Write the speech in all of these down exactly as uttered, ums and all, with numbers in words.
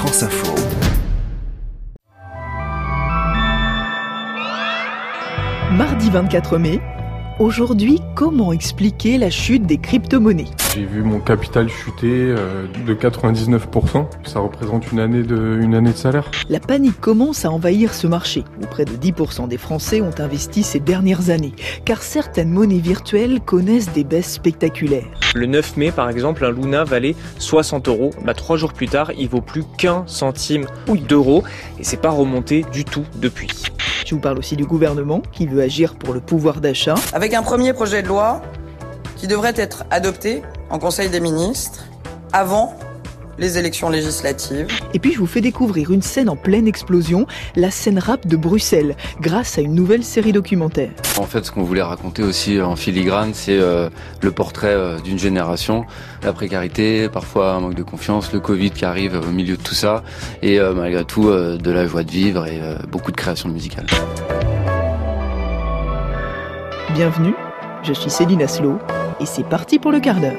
France Info. Mardi vingt-quatre mai, aujourd'hui, comment expliquer la chute des crypto-monnaies ? J'ai vu mon capital chuter euh, de quatre-vingt-dix-neuf pour cent. Ça représente une année de, une année de salaire. La panique commence à envahir ce marché, où près de dix pour cent des Français ont investi ces dernières années, car certaines monnaies virtuelles connaissent des baisses spectaculaires. Le neuf mai, par exemple, un Luna valait soixante euros. Bah, trois jours plus tard, il vaut plus qu'un centime d'euro, et c'est pas remonté du tout depuis. Je vous parle aussi du gouvernement, qui veut agir pour le pouvoir d'achat. Avec un premier projet de loi qui devrait être adopté en Conseil des ministres avant les élections législatives. Et puis je vous fais découvrir une scène en pleine explosion, la scène rap de Bruxelles, grâce à une nouvelle série documentaire. En fait, ce qu'on voulait raconter aussi en filigrane, c'est euh, le portrait euh, d'une génération, la précarité, parfois un manque de confiance, le Covid qui arrive au milieu de tout ça, et euh, malgré tout, euh, de la joie de vivre et euh, beaucoup de création musicale. Bienvenue, je suis Céline Aslo, et c'est parti pour le quart d'heure.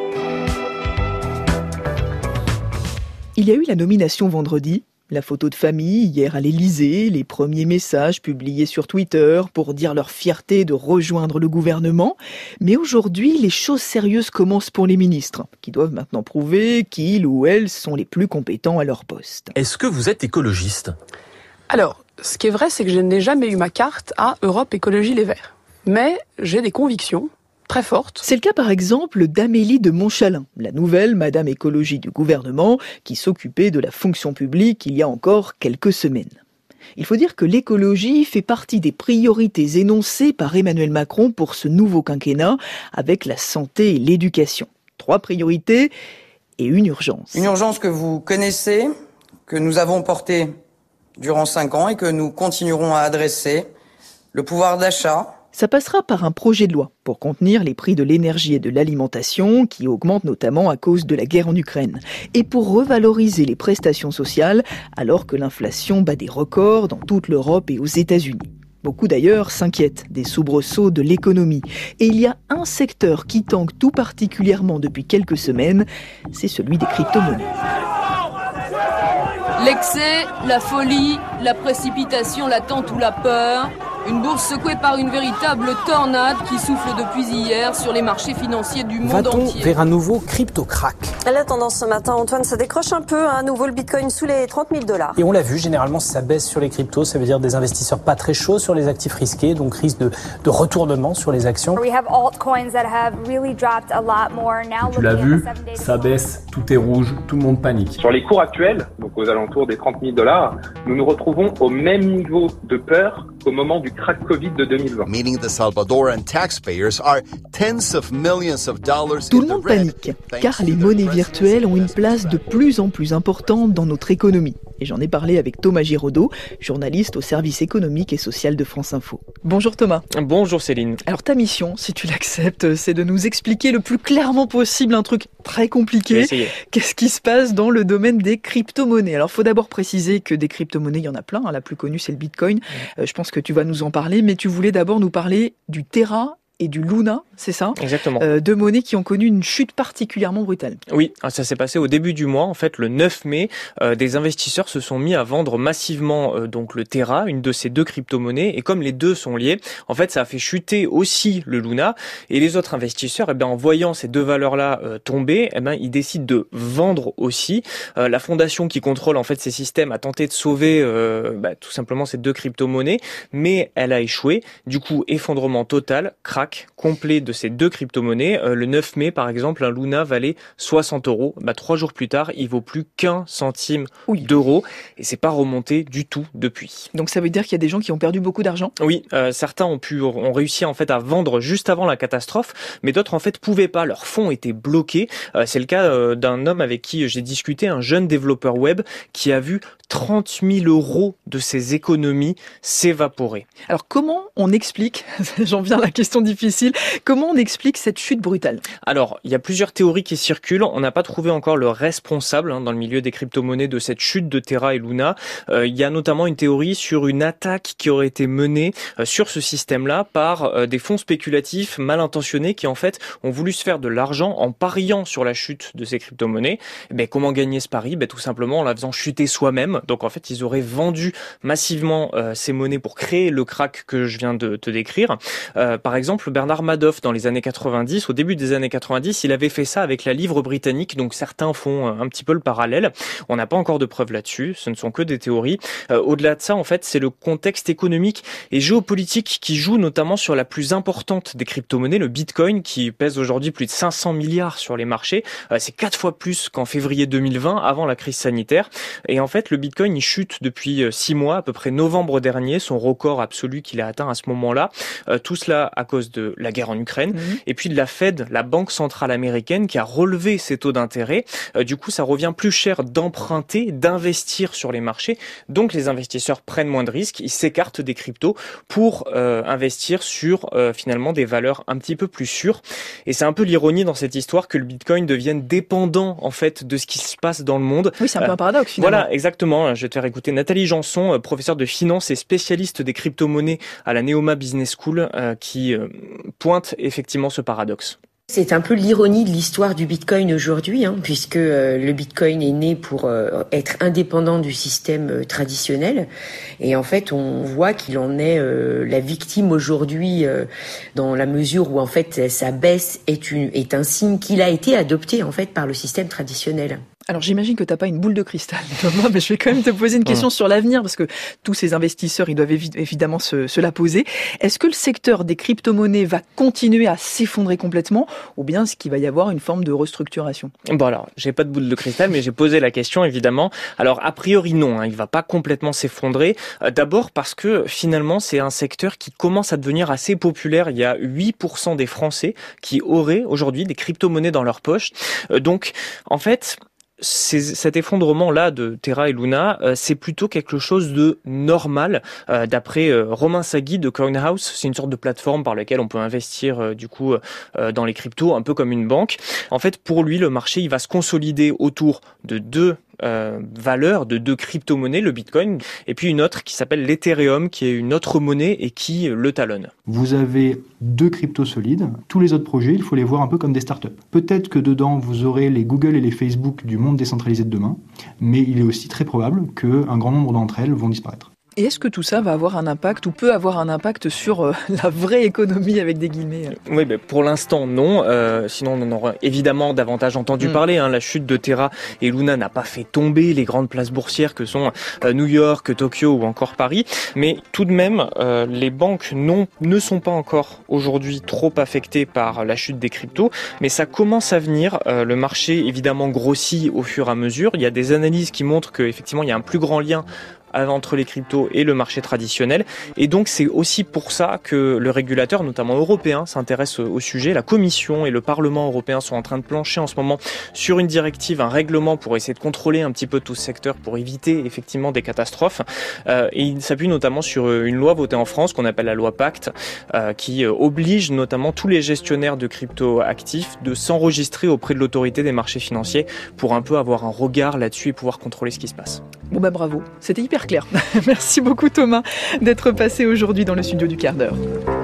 Il y a eu la nomination vendredi, la photo de famille hier à l'Élysée, les premiers messages publiés sur Twitter pour dire leur fierté de rejoindre le gouvernement. Mais aujourd'hui, les choses sérieuses commencent pour les ministres, qui doivent maintenant prouver qu'ils ou elles sont les plus compétents à leur poste. Est-ce que vous êtes écologiste ? Alors, ce qui est vrai, c'est que je n'ai jamais eu ma carte à Europe Écologie Les Verts. Mais j'ai des convictions très forte. C'est le cas par exemple d'Amélie de Montchalin, la nouvelle Madame Écologie du gouvernement qui s'occupait de la fonction publique il y a encore quelques semaines. Il faut dire que l'écologie fait partie des priorités énoncées par Emmanuel Macron pour ce nouveau quinquennat avec la santé et l'éducation. Trois priorités et une urgence. Une urgence que vous connaissez, que nous avons portée durant cinq ans et que nous continuerons à adresser, le pouvoir d'achat. Ça passera par un projet de loi pour contenir les prix de l'énergie et de l'alimentation qui augmentent notamment à cause de la guerre en Ukraine et pour revaloriser les prestations sociales alors que l'inflation bat des records dans toute l'Europe et aux États-Unis. Beaucoup d'ailleurs s'inquiètent des soubresauts de l'économie. Et il y a un secteur qui tangue tout particulièrement depuis quelques semaines, c'est celui des crypto-monnaies. L'excès, la folie, la précipitation latente ou la peur. Une bourse secouée par une véritable tornade qui souffle depuis hier sur les marchés financiers du monde Va-t-on entier. vers un nouveau crypto-crack ? La tendance ce matin, Antoine, ça décroche un peu. À nouveau, le bitcoin sous les trente mille dollars. Et on l'a vu, généralement, ça baisse sur les cryptos. Ça veut dire des investisseurs pas très chauds sur les actifs risqués, donc risque de, de retournement sur les actions. We have altcoins that have really dropped a lot more now. Tu l'as vu, ça baisse, tout est rouge, tout le monde panique. Sur les cours actuels, donc aux alentours des trente mille dollars, nous nous retrouvons au même niveau de peur qu'au moment du crack Covid de deux mille vingt. Meaning the Salvadoran taxpayers are tens of millions of dollars. Tout le monde panique, car les monnaies virtuelles ont une place de plus en plus importante dans notre économie. Et j'en ai parlé avec Thomas Giraudot, journaliste au service économique et social de France Info. Bonjour Thomas. Bonjour Céline. Alors ta mission, si tu l'acceptes, c'est de nous expliquer le plus clairement possible un truc très compliqué. Qu'est-ce qui se passe dans le domaine des crypto-monnaies ? Alors il faut d'abord préciser que des crypto-monnaies, il y en a plein. Hein. La plus connue, c'est le Bitcoin. Euh, je pense que tu vas nous en parler, mais tu voulais d'abord nous parler du Terra et du Luna, c'est ça ? Exactement. Euh, deux monnaies qui ont connu une chute particulièrement brutale. Oui, ça s'est passé au début du mois. En fait, le neuf mai, euh, des investisseurs se sont mis à vendre massivement euh, donc le Terra, une de ces deux crypto-monnaies. Et comme les deux sont liés, en fait, ça a fait chuter aussi le Luna. Et les autres investisseurs, eh bien, en voyant ces deux valeurs-là euh, tomber, eh bien, ils décident de vendre aussi. Euh, la fondation qui contrôle en fait ces systèmes a tenté de sauver euh, bah, tout simplement ces deux crypto-monnaies, mais elle a échoué. Du coup, effondrement total, crack complet de ces deux crypto-monnaies. Euh, le neuf mai, par exemple, un Luna valait soixante euros. Bah, trois jours plus tard, il vaut plus qu'un centime oui. d'euro. Et c'est pas remonté du tout depuis. Donc ça veut dire qu'il y a des gens qui ont perdu beaucoup d'argent ? Oui, euh, certains ont pu, ont réussi en fait à vendre juste avant la catastrophe, mais d'autres en fait pouvaient pas. Leurs fonds étaient bloqués. Euh, c'est le cas euh, d'un homme avec qui j'ai discuté, un jeune développeur web qui a vu trente mille euros de ses économies s'évaporer. Alors comment on explique, j'en viens à la question difficile, difficile. Comment on explique cette chute brutale ? Alors, il y a plusieurs théories qui circulent. On n'a pas trouvé encore le responsable hein, dans le milieu des crypto-monnaies de cette chute de Terra et Luna. Euh, il y a notamment une théorie sur une attaque qui aurait été menée euh, sur ce système-là par euh, des fonds spéculatifs mal intentionnés qui en fait ont voulu se faire de l'argent en pariant sur la chute de ces crypto-monnaies. Mais comment gagner ce pari ? Ben, tout simplement en la faisant chuter soi-même. Donc en fait, ils auraient vendu massivement euh, ces monnaies pour créer le crack que je viens de te décrire. Euh, par exemple, Bernard Madoff, dans les années quatre-vingt-dix, au début des années quatre-vingt-dix, il avait fait ça avec la livre britannique. Donc certains font un petit peu le parallèle. On n'a pas encore de preuves là-dessus. Ce ne sont que des théories. Euh, au-delà de ça, en fait, c'est le contexte économique et géopolitique qui joue notamment sur la plus importante des crypto-monnaies, le Bitcoin, qui pèse aujourd'hui plus de cinq cents milliards sur les marchés. Euh, c'est quatre fois plus qu'en février deux mille vingt, avant la crise sanitaire. Et en fait, le Bitcoin, il chute depuis six mois, à peu près novembre dernier, son record absolu qu'il a atteint à ce moment-là. Euh, tout cela à cause de la guerre en Ukraine. Mmh. Et puis de la Fed, la banque centrale américaine, qui a relevé ses taux d'intérêt. Euh, du coup, ça revient plus cher d'emprunter, d'investir sur les marchés. Donc, les investisseurs prennent moins de risques. Ils s'écartent des cryptos pour euh, investir sur euh, finalement des valeurs un petit peu plus sûres. Et c'est un peu l'ironie dans cette histoire que le Bitcoin devienne dépendant en fait de ce qui se passe dans le monde. Oui, c'est un peu un paradoxe finalement. Voilà, exactement. Je vais te faire écouter Nathalie Janson, professeure de finance et spécialiste des crypto-monnaies à la Neoma Business School, euh, qui euh, pointe effectivement ce paradoxe. C'est un peu l'ironie de l'histoire du Bitcoin aujourd'hui, hein, puisque euh, le Bitcoin est né pour euh, être indépendant du système euh, traditionnel. Et en fait, on voit qu'il en est euh, la victime aujourd'hui, euh, dans la mesure où en fait sa baisse est, une, est un signe qu'il a été adopté en fait par le système traditionnel. Alors j'imagine que tu n'as pas une boule de cristal, Thomas, mais je vais quand même te poser une question mmh. sur l'avenir, parce que tous ces investisseurs, ils doivent évi- évidemment se, se la poser. Est-ce que le secteur des crypto-monnaies va continuer à s'effondrer complètement, ou bien est-ce qu'il va y avoir une forme de restructuration ? Bon alors, j'ai pas de boule de cristal, mais j'ai posé la question évidemment. Alors a priori non, hein, il va pas complètement s'effondrer. Euh, d'abord parce que finalement c'est un secteur qui commence à devenir assez populaire. Il y a huit pour cent des Français qui auraient aujourd'hui des crypto-monnaies dans leur poche. Euh, donc en fait... C'est, cet effondrement-là de Terra et Luna, euh, c'est plutôt quelque chose de normal. Euh, d'après euh, Romain Sagui de CoinHouse, c'est une sorte de plateforme par laquelle on peut investir euh, du coup euh, dans les cryptos, un peu comme une banque. En fait, pour lui, le marché, il va se consolider autour de deux Euh, valeur de deux crypto-monnaies, le Bitcoin, et puis une autre qui s'appelle l'Ethereum, qui est une autre monnaie et qui le talonne. Vous avez deux cryptos solides. Tous les autres projets, il faut les voir un peu comme des startups. Peut-être que dedans, vous aurez les Google et les Facebook du monde décentralisé de demain, mais il est aussi très probable qu'un grand nombre d'entre elles vont disparaître. Et est-ce que tout ça va avoir un impact ou peut avoir un impact sur euh, la vraie économie avec des guillemets ? Oui, ben pour l'instant non. Euh, sinon, on en aura évidemment davantage entendu mmh. parler. Hein. La chute de Terra et Luna n'a pas fait tomber les grandes places boursières que sont euh, New York, Tokyo ou encore Paris. Mais tout de même, euh, les banques non, ne sont pas encore aujourd'hui trop affectées par la chute des cryptos. Mais ça commence à venir. Euh, le marché évidemment grossit au fur et à mesure. Il y a des analyses qui montrent qu'effectivement, il y a un plus grand lien entre les cryptos et le marché traditionnel. Et donc, c'est aussi pour ça que le régulateur, notamment européen, s'intéresse au sujet. La Commission et le Parlement européen sont en train de plancher en ce moment sur une directive, un règlement pour essayer de contrôler un petit peu tout ce secteur, pour éviter effectivement des catastrophes. Euh, et il s'appuie notamment sur une loi votée en France qu'on appelle la loi Pacte, euh, qui oblige notamment tous les gestionnaires de crypto actifs de s'enregistrer auprès de l'autorité des marchés financiers pour un peu avoir un regard là-dessus et pouvoir contrôler ce qui se passe. Bon bah bravo, c'était hyper clair. Merci beaucoup Thomas d'être passé aujourd'hui dans le studio du quart d'heure.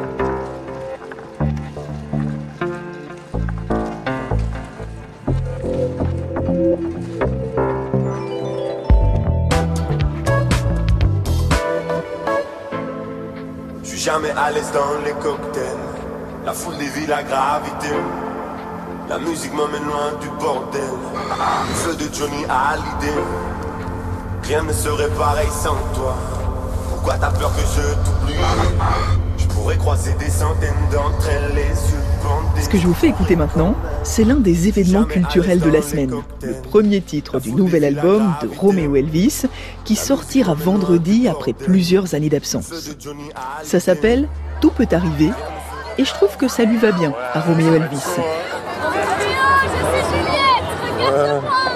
Je suis jamais à l'aise dans les cocktails, la foule dévie la gravité, la musique m'emmène loin du bordel, le feu de Johnny Hallyday. Rien ne serait pareil sans toi. Pourquoi t'as peur que je t'oublie? Je pourrais croiser des centaines d'entre elles, les yeux bandés. Ce que je vous fais écouter maintenant, c'est l'un des événements culturels de la semaine. Le premier titre du nouvel album de Romeo Elvis, qui sortira vendredi après plusieurs années d'absence. Ça s'appelle « Tout peut arriver » et je trouve que ça lui va bien à Romeo Elvis. Je suis Juliette, regarde-moi.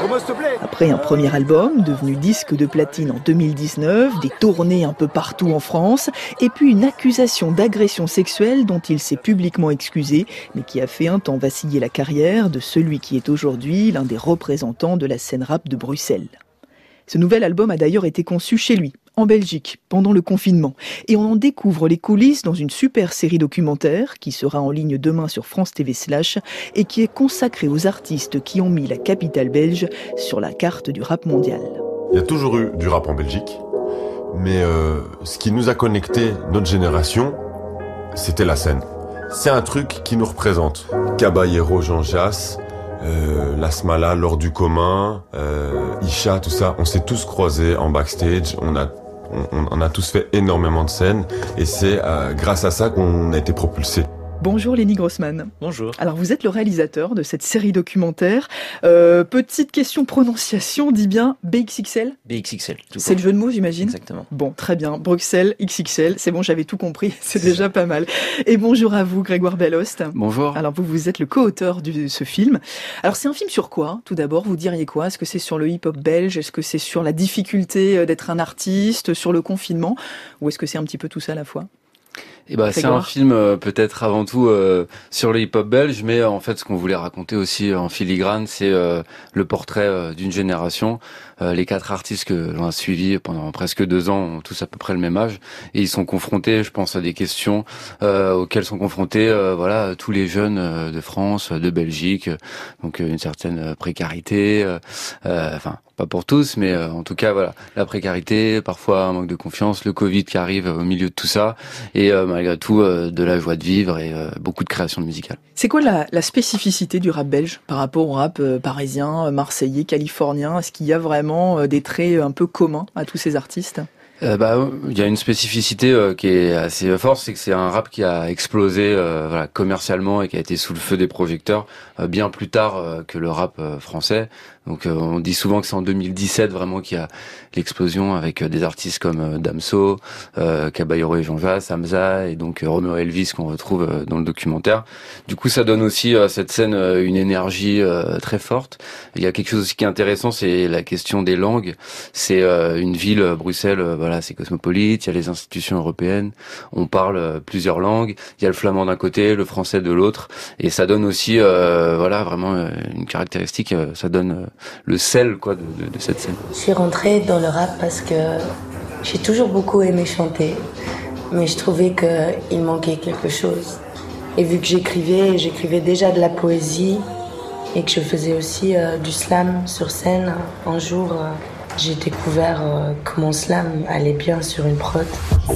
Comment s'il te plaît ? Après un premier album, devenu disque de platine en deux mille dix-neuf, des tournées un peu partout en France, et puis une accusation d'agression sexuelle dont il s'est publiquement excusé, mais qui a fait un temps vaciller la carrière de celui qui est aujourd'hui l'un des représentants de la scène rap de Bruxelles. Ce nouvel album a d'ailleurs été conçu chez lui, en Belgique, pendant le confinement. Et on en découvre les coulisses dans une super série documentaire qui sera en ligne demain sur France T V Slash et qui est consacrée aux artistes qui ont mis la capitale belge sur la carte du rap mondial. Il y a toujours eu du rap en Belgique, mais euh, ce qui nous a connecté, notre génération, c'était la scène. C'est un truc qui nous représente. Caballero, Jean Jass, Euh, Lasmala, L'Or du commun, euh, Isha, tout ça, on s'est tous croisés en backstage, on a, on, on a tous fait énormément de scènes et c'est euh, grâce à ça qu'on a été propulsés. Bonjour Lenny Grossman. Bonjour. Alors vous êtes le réalisateur de cette série documentaire. Euh, petite question prononciation, dit bien B X X L ? B X X L. C'est le jeu de mots, j'imagine ? Exactement. Bon, très bien. Bruxelles, X X L, c'est bon, j'avais tout compris, c'est, c'est déjà ça. Pas mal. Et bonjour à vous, Grégoire Belhost. Bonjour. Alors vous, vous êtes le co-auteur de ce film. Alors c'est un film sur quoi ? Tout d'abord, vous diriez quoi ? Est-ce que c'est sur le hip-hop belge ? Est-ce que c'est sur la difficulté d'être un artiste ? Sur le confinement ? Ou est-ce que c'est un petit peu tout ça à la fois ? Eh ben, c'est un film euh, peut-être avant tout euh, sur le hip-hop belge, mais euh, en fait ce qu'on voulait raconter aussi en filigrane, c'est euh, le portrait euh, d'une génération. Euh, les quatre artistes que l'on a suivis pendant presque deux ans ont tous à peu près le même âge et ils sont confrontés, je pense, à des questions euh, auxquelles sont confrontés euh, voilà tous les jeunes euh, de France, de Belgique, donc euh, une certaine précarité, euh, euh, enfin pas pour tous, mais euh, en tout cas voilà la précarité, parfois un manque de confiance, le Covid qui arrive au milieu de tout ça et euh, malgré tout euh, de la joie de vivre et euh, beaucoup de création musicale. C'est quoi la, la spécificité du rap belge par rapport au rap euh, parisien, marseillais, californien ? Est-ce qu'il y a vraiment des traits un peu communs à tous ces artistes ? Euh, bah, il y a une spécificité euh, qui est assez forte, c'est que c'est un rap qui a explosé euh, voilà, commercialement et qui a été sous le feu des projecteurs euh, bien plus tard euh, que le rap euh, français. Donc euh, on dit souvent que c'est en deux mille dix-sept vraiment qu'il y a l'explosion avec euh, des artistes comme euh, Damso, euh, Caballero et Jean Jass, Hamza et donc euh, Romeo Elvis qu'on retrouve euh, dans le documentaire. Du coup ça donne aussi à euh, cette scène euh, une énergie euh, très forte. Il y a quelque chose aussi qui est intéressant, c'est la question des langues. C'est euh, une ville, euh, Bruxelles, euh, voilà, c'est cosmopolite, il y a les institutions européennes, on parle euh, plusieurs langues, il y a le flamand d'un côté, le français de l'autre, et ça donne aussi euh, voilà vraiment euh, une caractéristique, euh, ça donne euh, le sel quoi de, de, de cette scène. Je suis rentrée dans le rap parce que j'ai toujours beaucoup aimé chanter, mais je trouvais qu'il manquait quelque chose. Et vu que j'écrivais, j'écrivais déjà de la poésie et que je faisais aussi euh, du slam sur scène, un jour euh, j'ai découvert euh, que mon slam allait bien sur une prod.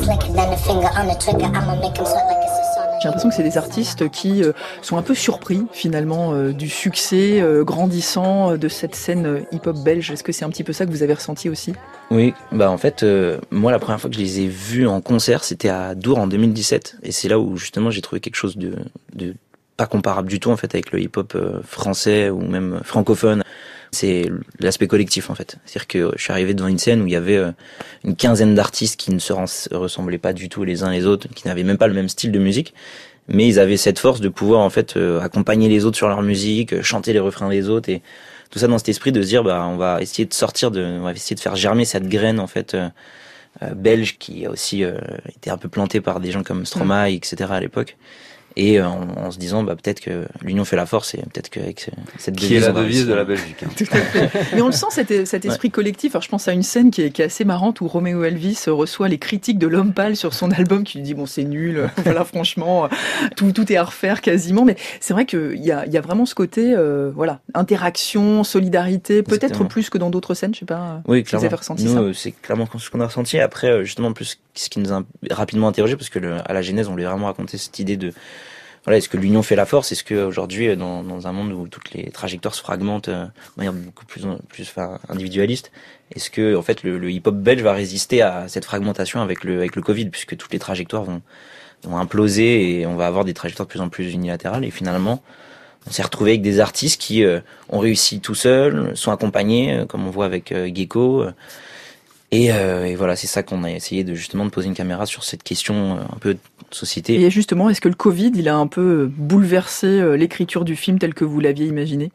J'ai l'impression que c'est des artistes qui euh, sont un peu surpris finalement euh, du succès euh, grandissant de cette scène euh, hip-hop belge. Est-ce que c'est un petit peu ça que vous avez ressenti aussi ? Oui, bah en fait, euh, moi la première fois que je les ai vus en concert, c'était à Dour en deux mille dix-sept, et c'est là où justement j'ai trouvé quelque chose de, de pas comparable du tout en fait avec le hip-hop euh, français ou même francophone. C'est l'aspect collectif en fait. C'est-à-dire que je suis arrivé devant une scène où il y avait euh, une quinzaine d'artistes qui ne se ressemblaient pas du tout les uns les autres, qui n'avaient même pas le même style de musique, mais ils avaient cette force de pouvoir en fait euh, accompagner les autres sur leur musique, euh, chanter les refrains des autres et tout ça dans cet esprit de se dire bah on va essayer de sortir de, on va essayer de faire germer cette graine en fait euh, euh, belge qui a aussi euh, été un peu plantée par des gens comme Stromae, et cetera à l'époque. Et en, en se disant bah peut-être que l'union fait la force et peut-être qu'avec cette devise, qui est la devise de la Belgique. Hein. Tout à fait. Mais on le sent cet, cet esprit ouais. collectif. Alors je pense à une scène qui est, qui est assez marrante où Romeo Elvis reçoit les critiques de l'homme pâle sur son album qui lui dit bon c'est nul, voilà franchement tout tout est à refaire quasiment. Mais c'est vrai qu'il y a il y a vraiment ce côté euh, voilà interaction, solidarité, peut-être Exactement. Plus que dans d'autres scènes, je sais pas. Oui clairement. Vous avez ressenti Nous, ça euh, c'est clairement ce qu'on a ressenti. Après justement plus ce qui nous a rapidement interrogé parce que le, à la genèse on lui a vraiment raconté cette idée de voilà, est-ce que l'union fait la force ? Est-ce qu'aujourd'hui, dans, dans un monde où toutes les trajectoires se fragmentent euh, de manière beaucoup plus, plus enfin, individualiste, est-ce que en fait le, le hip-hop belge va résister à cette fragmentation avec le, avec le Covid, puisque toutes les trajectoires vont, vont imploser et on va avoir des trajectoires de plus en plus unilatérales et finalement on s'est retrouvé avec des artistes qui euh, ont réussi tout seuls, sont accompagnés, euh, comme on voit avec euh, Gecko. Euh, Et, euh, et voilà, c'est ça qu'on a essayé de justement de poser une caméra sur cette question euh, un peu de société. Et justement, est-ce que le Covid, il a un peu bouleversé euh, l'écriture du film tel que vous l'aviez imaginé ?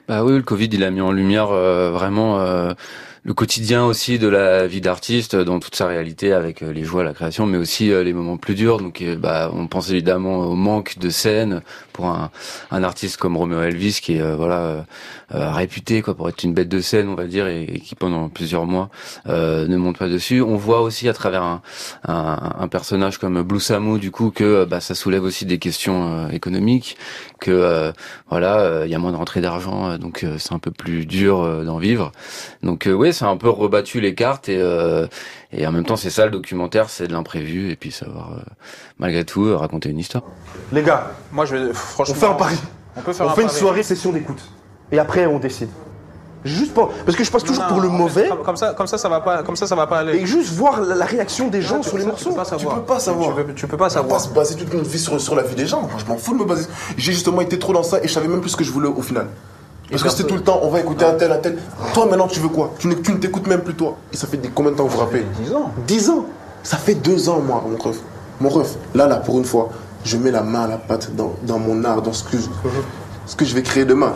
Bah oui, le Covid, il a mis en lumière euh, vraiment euh, le quotidien aussi de la vie d'artiste dans toute sa réalité, avec euh, les joies, la création, mais aussi euh, les moments plus durs. Donc, euh, bah, on pense évidemment au manque de scène pour un, un artiste comme Romeo Elvis, qui est euh, voilà euh, euh, réputé quoi pour être une bête de scène, on va dire, et, et qui pendant plusieurs mois euh, ne monte pas dessus. On voit aussi à travers un, un, un personnage comme Blue Samo, du coup, que bah, ça soulève aussi des questions euh, économiques, que euh, voilà, il euh, y a moins de rentrée d'argent, euh, donc euh, c'est un peu plus dur euh, d'en vivre. Donc euh, oui, c'est un peu rebattu les cartes et euh, et en même temps c'est ça le documentaire, c'est de l'imprévu et puis savoir euh, malgré tout euh, raconter une histoire. Les gars, moi je vais franchement. On fait un pari. On peut faire on un fait pari. Une soirée session d'écoute et après on décide. Juste pour parce que je passe toujours non, pour le mauvais. Fait, comme ça, comme ça, ça va pas, comme ça, ça va pas aller. Et juste voir la, la réaction des gens non, sur les morceaux. Tu peux pas savoir. Tu peux pas savoir. Tu peux, tu peux pas savoir. On va se baser toute notre vie sur, sur la vie des gens. Moi, je m'en fous de me baser. J'ai justement été trop dans ça et je savais même plus ce que je voulais au final. Parce que c'était tout le temps, on va écouter un tel, un tel. Toi maintenant tu veux quoi? Tu ne, tu ne t'écoutes même plus toi. Et ça fait des, combien de temps vous vous rappelez? dix ans. dix ans. Ça fait deux ans moi, mon ref. Mon ref, là, là, pour une fois, je mets la main à la pâte dans, dans mon art, dans ce que, je, ce que je vais créer demain.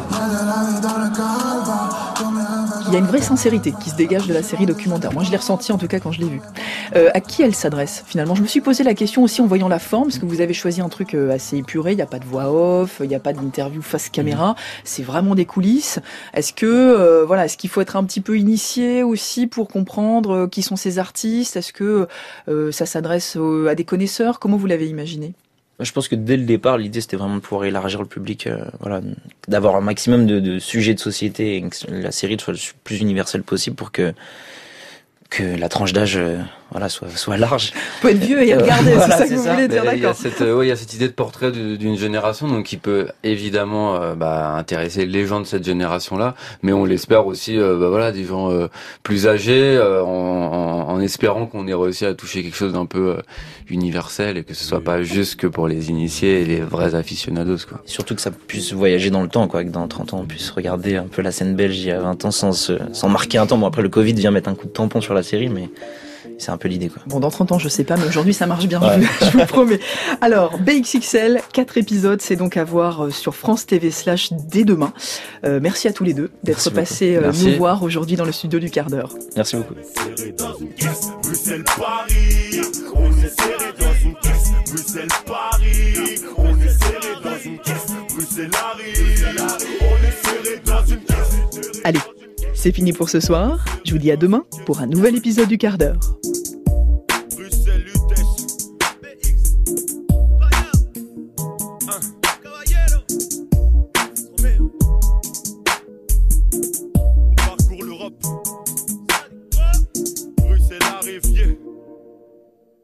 Il y a une vraie sincérité qui se dégage de la série documentaire. Moi, je l'ai ressenti en tout cas quand je l'ai vue. Euh, à qui elle s'adresse finalement? Je me suis posé la question aussi en voyant la forme, parce que vous avez choisi un truc assez épuré. Il n'y a pas de voix off, il n'y a pas d'interview face caméra. Mmh. C'est vraiment des coulisses. Est-ce que euh, voilà, est-ce qu'il faut être un petit peu initié aussi pour comprendre euh, qui sont ces artistes? Est-ce que euh, ça s'adresse euh, à des connaisseurs? Comment vous l'avez imaginé? Je pense que dès le départ, l'idée c'était vraiment de pouvoir élargir le public, euh, voilà, d'avoir un maximum de, de sujets de société et que la série soit le plus universelle possible pour que que la tranche d'âge euh, voilà soit soit large. Peut être vieux et regarder, euh, voilà, c'est ça que vous ça. voulez dire, d'accord. Il y a cette euh, ouais, il y a cette idée de portrait d'une génération donc qui peut évidemment euh, bah, intéresser les gens de cette génération-là, mais on l'espère aussi euh, bah voilà des gens euh, plus âgés euh, en, en, en espérant qu'on ait réussi à toucher quelque chose d'un peu euh, universel et que ce soit pas juste que pour les initiés et les vrais aficionados quoi. Surtout que ça puisse voyager dans le temps quoi, que dans trente ans on puisse regarder un peu la scène belge il y a vingt ans sans se, sans marquer un temps. Bon après le Covid vient mettre un coup de tampon sur la série mais c'est un peu l'idée quoi. Bon dans trente ans je sais pas mais aujourd'hui ça marche bien, ouais. je, je vous promets. Alors B X X L, quatre épisodes, c'est donc à voir sur France T V slash dès demain. Euh, merci à tous les deux d'être passés euh, nous voir aujourd'hui dans le studio du quart d'heure. Merci beaucoup. Bruxelles, Paris, on est serré dans une caisse. Bruxelles, Paris, on est serré dans une caisse. Bruxelles, Paris, on est serré dans une caisse. Allez, c'est fini pour ce soir. Je vous dis à demain pour un nouvel épisode du quart d'heure.